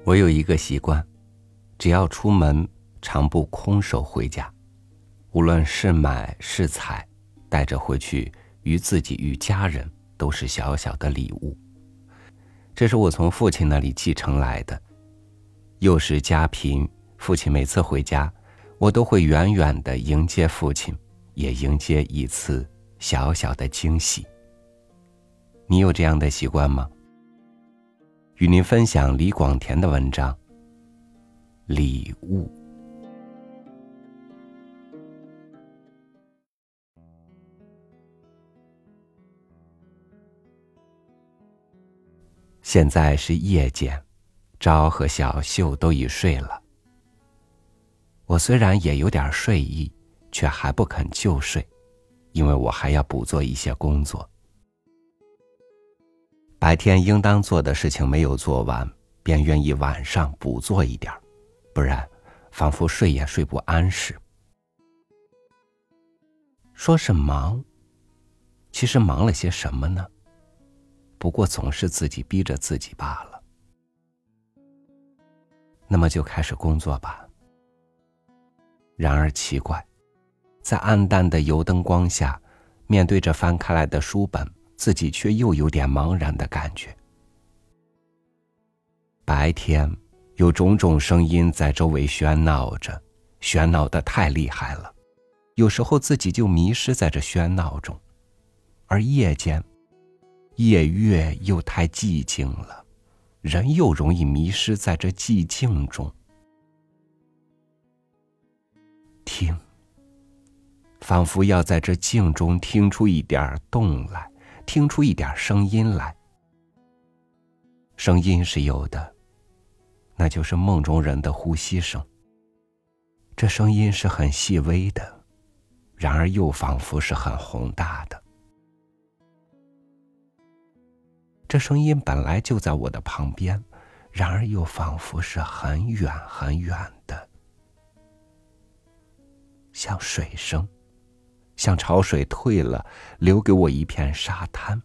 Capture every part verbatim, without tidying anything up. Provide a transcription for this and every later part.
我有一个习惯，只要出门，常不空手回家，无论是买是采，带着回去与自己与家人都是小小的礼物。这是我从父亲那里继承来的。幼时家贫，父亲每次回家，我都会远远地迎接父亲，也迎接一次小小的惊喜。你有这样的习惯吗？与您分享李广田的文章《礼物》。现在是夜间，昭和小秀都已睡了。我虽然也有点睡意，却还不肯就睡，因为我还要补做一些工作。白天应当做的事情没有做完，便愿意晚上补做一点，不然仿佛睡也睡不安适。说是忙，其实忙了些什么呢？不过总是自己逼着自己罢了。那么就开始工作吧。然而奇怪，在暗淡的油灯光下，面对着翻开来的书本，自己却又有点茫然的感觉。白天有种种声音在周围喧闹着，喧闹得太厉害了，有时候自己就迷失在这喧闹中。而夜间，夜月又太寂静了，人又容易迷失在这寂静中。听，仿佛要在这静中听出一点动来，听出一点声音来。声音是有的，那就是梦中人的呼吸声。这声音是很细微的，然而又仿佛是很宏大的。这声音本来就在我的旁边，然而又仿佛是很远很远的，像水声，像潮水退了，留给我一片沙滩。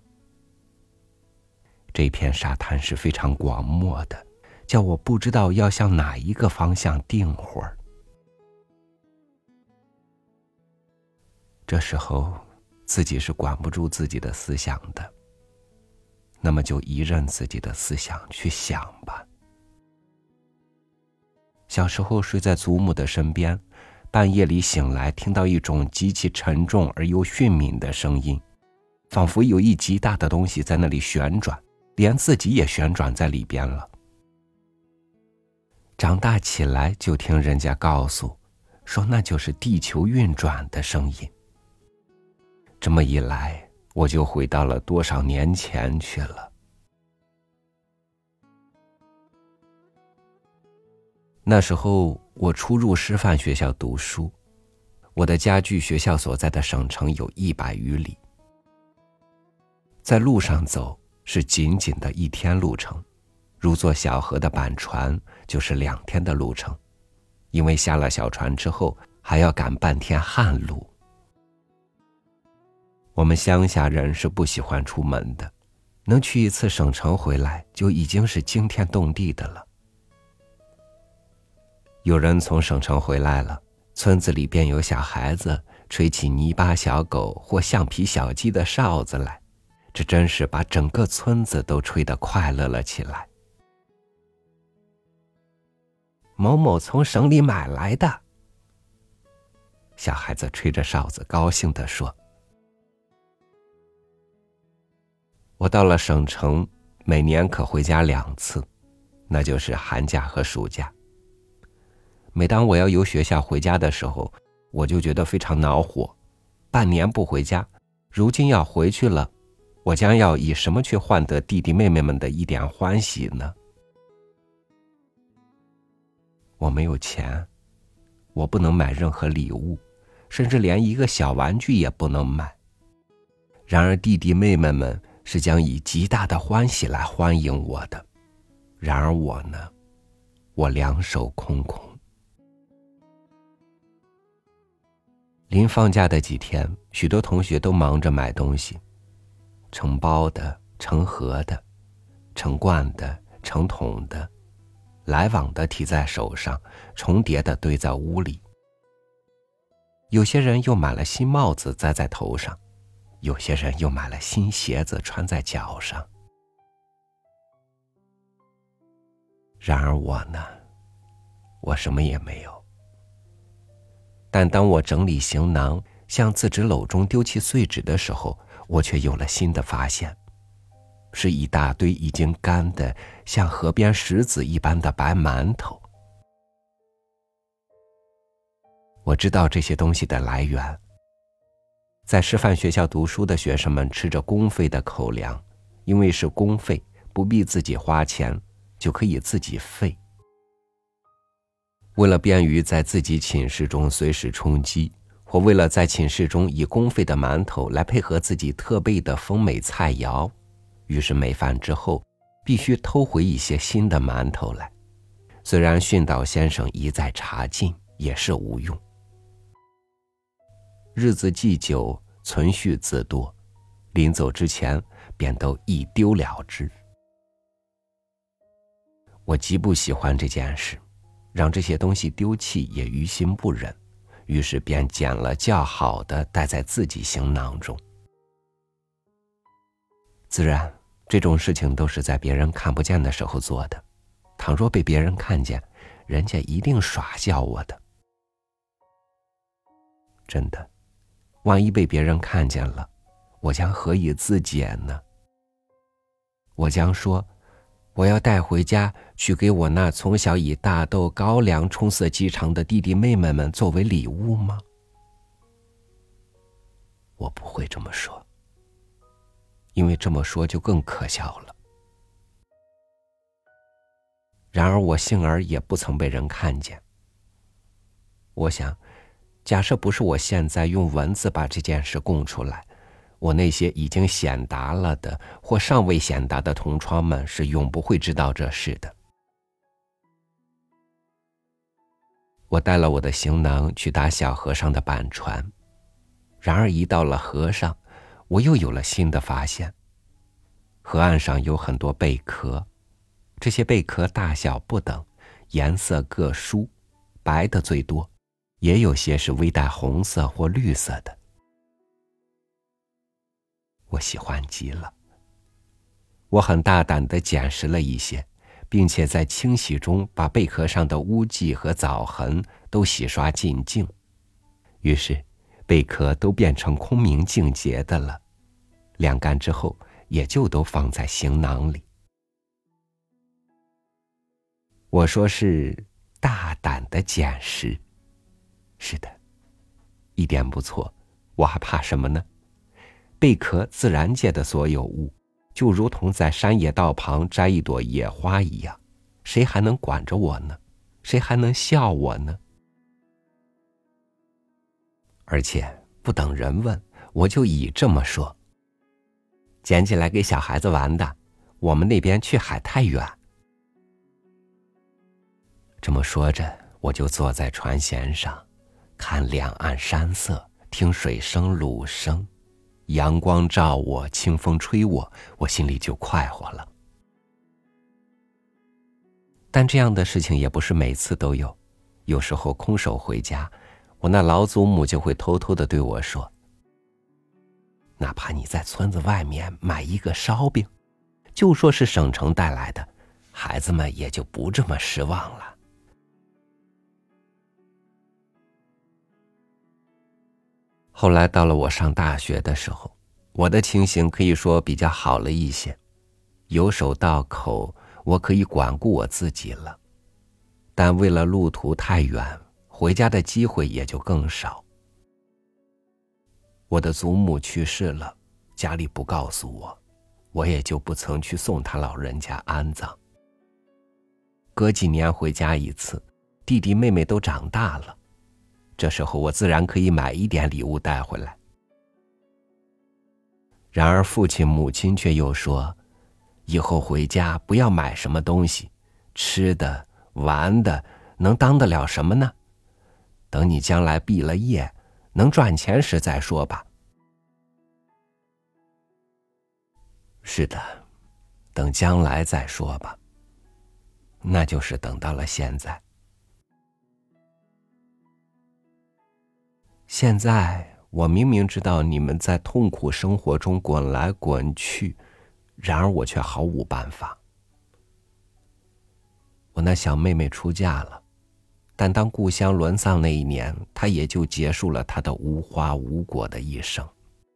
这片沙滩是非常广漠的，叫我不知道要向哪一个方向定会儿。这时候自己是管不住自己的思想的，那么就依任自己的思想去想吧。小时候睡在祖母的身边，半夜里醒来，听到一种极其沉重而又迅敏的声音，仿佛有一极大的东西在那里旋转，连自己也旋转在里边了。长大起来就听人家告诉，说那就是地球运转的声音。这么一来，我就回到了多少年前去了。那时候我初入师范学校读书，我的家距学校所在的省城有一百余里。在路上走是仅仅的一天路程，如坐小河的板船就是两天的路程，因为下了小船之后还要赶半天旱路。我们乡下人是不喜欢出门的，能去一次省城回来就已经是惊天动地的了。有人从省城回来了，村子里便有小孩子吹起泥巴小狗或橡皮小鸡的哨子来，这真是把整个村子都吹得快乐了起来。某某从省里买来的，小孩子吹着哨子高兴地说。我到了省城，每年可回家两次，那就是寒假和暑假。每当我要由学校回家的时候，我就觉得非常恼火。半年不回家，如今要回去了，我将要以什么去换得弟弟妹妹们的一点欢喜呢？我没有钱，我不能买任何礼物，甚至连一个小玩具也不能买。然而弟弟妹妹们是将以极大的欢喜来欢迎我的，然而我呢，我两手空空。临放假的几天，许多同学都忙着买东西，成包的、成盒的、成罐的、成桶的， 来往的提在手上，重叠的堆在屋里。有些人又买了新帽子栽在头上，有些人又买了新鞋子穿在脚上。然而我呢，我什么也没有。但当我整理行囊，向自纸篓中丢弃碎纸的时候，我却有了新的发现，是一大堆已经干的像河边石子一般的白馒头。我知道这些东西的来源，在师范学校读书的学生们吃着公费的口粮，因为是公费，不必自己花钱，就可以自己费。为了便于在自己寝室中随时充饥，或为了在寝室中以公费的馒头来配合自己特备的丰美菜肴，于是每饭之后必须偷回一些新的馒头来。虽然训导先生一再查禁，也是无用。日子既久，存续自多，临走之前便都一丢了之。我极不喜欢这件事，让这些东西丢弃也于心不忍，于是便捡了较好的带在自己行囊中。自然，这种事情都是在别人看不见的时候做的，倘若被别人看见，人家一定耍笑我的。真的，万一被别人看见了，我将何以自检呢？我将说，我要带回家去给我那从小以大豆高粱充塞饥肠的弟弟妹妹们作为礼物吗？我不会这么说，因为这么说就更可笑了。然而我幸而也不曾被人看见。我想，假设不是我现在用文字把这件事供出来，我那些已经显达了的或尚未显达的同窗们是永不会知道这事的。我带了我的行囊去搭小河上的板船，然而一到了河上，我又有了新的发现。河岸上有很多贝壳，这些贝壳大小不等，颜色各殊，白的最多，也有些是微带红色或绿色的。我喜欢极了。我很大胆地捡拾了一些，并且在清洗中把贝壳上的污迹和藻痕都洗刷净净，于是贝壳都变成空明净洁的了。晾干之后，也就都放在行囊里。我说是大胆的捡拾，是的，一点不错，我还怕什么呢？贝壳自然界的所有物，就如同在山野道旁摘一朵野花一样，谁还能管着我呢？谁还能笑我呢？而且不等人问，我就已这么说：捡起来给小孩子玩的，我们那边去海太远。这么说着，我就坐在船舷上，看两岸山色，听水声橹声，阳光照我，清风吹我，我心里就快活了。但这样的事情也不是每次都有，有时候空手回家，我那老祖母就会偷偷地对我说：哪怕你在村子外面买一个烧饼，就说是省城带来的，孩子们也就不这么失望了。后来到了我上大学的时候，我的情形可以说比较好了一些，有手到口，我可以管顾我自己了。但为了路途太远，回家的机会也就更少。我的祖母去世了，家里不告诉我，我也就不曾去送他老人家安葬。隔几年回家一次，弟弟妹妹都长大了，这时候我自然可以买一点礼物带回来。然而父亲母亲却又说，以后回家不要买什么东西，吃的玩的能当得了什么呢？等你将来毕了业能赚钱时再说吧。是的，等将来再说吧。 那就是等到了现在。现在我明明知道你们在痛苦生活中滚来滚去，然而我却毫无办法。我那小妹妹出嫁了，但当故乡沦丧那一年，她也就结束了她的无花无果的一生。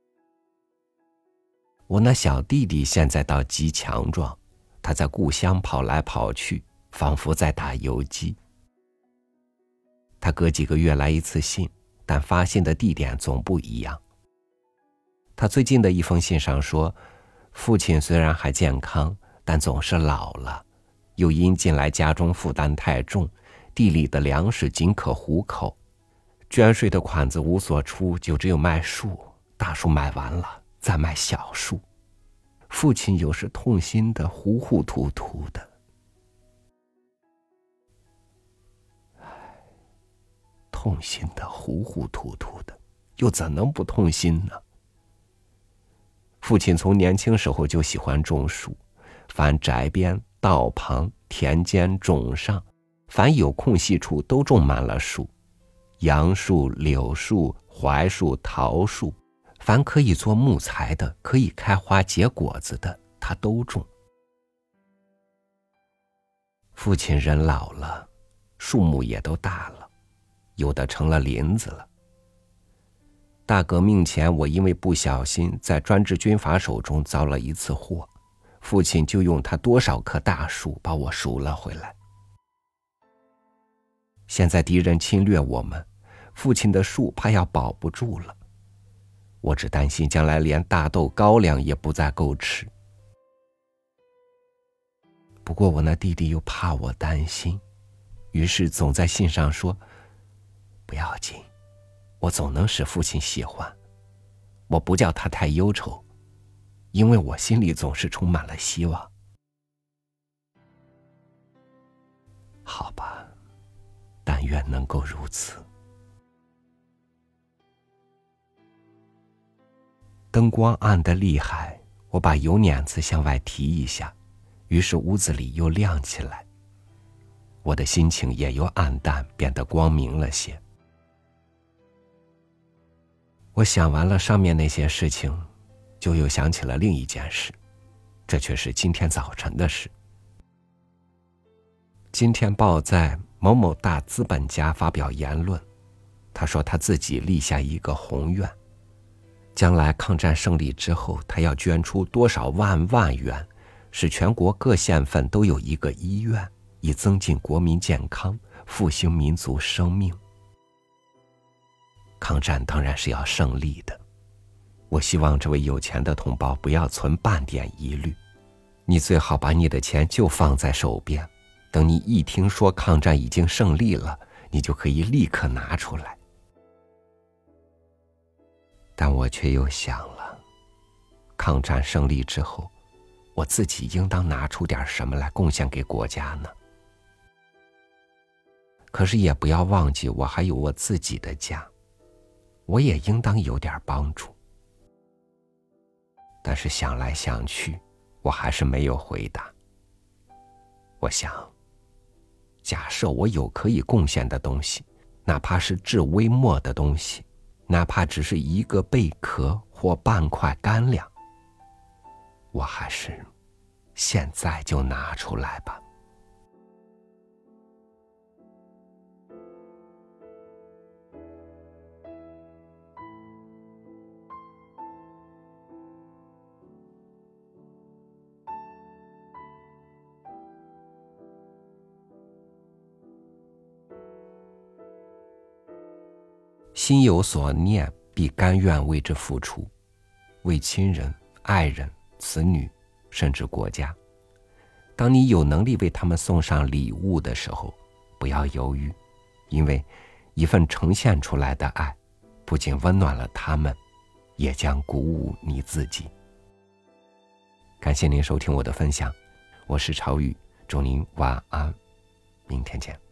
我那小弟弟现在倒极强壮，他在故乡跑来跑去，仿佛在打游击。他隔几个月来一次信，但发信的地点总不一样。他最近的一封信上说，父亲虽然还健康，但总是老了，又因近来家中负担太重，地里的粮食仅可糊口，捐税的款子无所出，就只有卖树，大树卖完了再卖小树。父亲有时痛心的糊糊涂涂的。痛心的糊糊涂涂的，又怎能不痛心呢？父亲从年轻时候就喜欢种树，凡宅边、道旁、田间、冢上，凡有空隙处都种满了树，杨树、柳树、槐树、桃树，凡可以做木材的，可以开花结果子的，他都种。父亲人老了，树木也都大了，有的成了林子了。大革命前，我因为不小心在专制军阀手中遭了一次祸，父亲就用他多少棵大树把我赎了回来。现在敌人侵略我们，父亲的树怕要保不住了，我只担心将来连大豆高粱也不再够吃。不过我那弟弟又怕我担心，于是总在信上说，不要紧，我总能使父亲喜欢，我不叫他太忧愁，因为我心里总是充满了希望。好吧，但愿能够如此。灯光暗得厉害，我把油碾子向外提一下，于是屋子里又亮起来，我的心情也由暗淡变得光明了些。我想完了上面那些事情，就又想起了另一件事，这却是今天早晨的事。今天报在某某大资本家发表言论，他说他自己立下一个宏愿，将来抗战胜利之后，他要捐出多少万万元，使全国各县份都有一个医院，以增进国民健康，复兴民族生命。抗战当然是要胜利的，我希望这位有钱的同胞不要存半点疑虑，你最好把你的钱就放在手边，等你一听说抗战已经胜利了，你就可以立刻拿出来。但我却又想了，抗战胜利之后，我自己应当拿出点什么来贡献给国家呢？可是也不要忘记，我还有我自己的家，我也应当有点帮助。但是想来想去，我还是没有回答。我想，假设我有可以贡献的东西，哪怕是至微末的东西，哪怕只是一个贝壳或半块干粮，我还是现在就拿出来吧。心有所念，必甘愿为之付出，为亲人、爱人、子女，甚至国家。当你有能力为他们送上礼物的时候，不要犹豫，因为一份呈现出来的爱，不仅温暖了他们，也将鼓舞你自己。感谢您收听我的分享，我是朝雨，祝您晚安，明天见。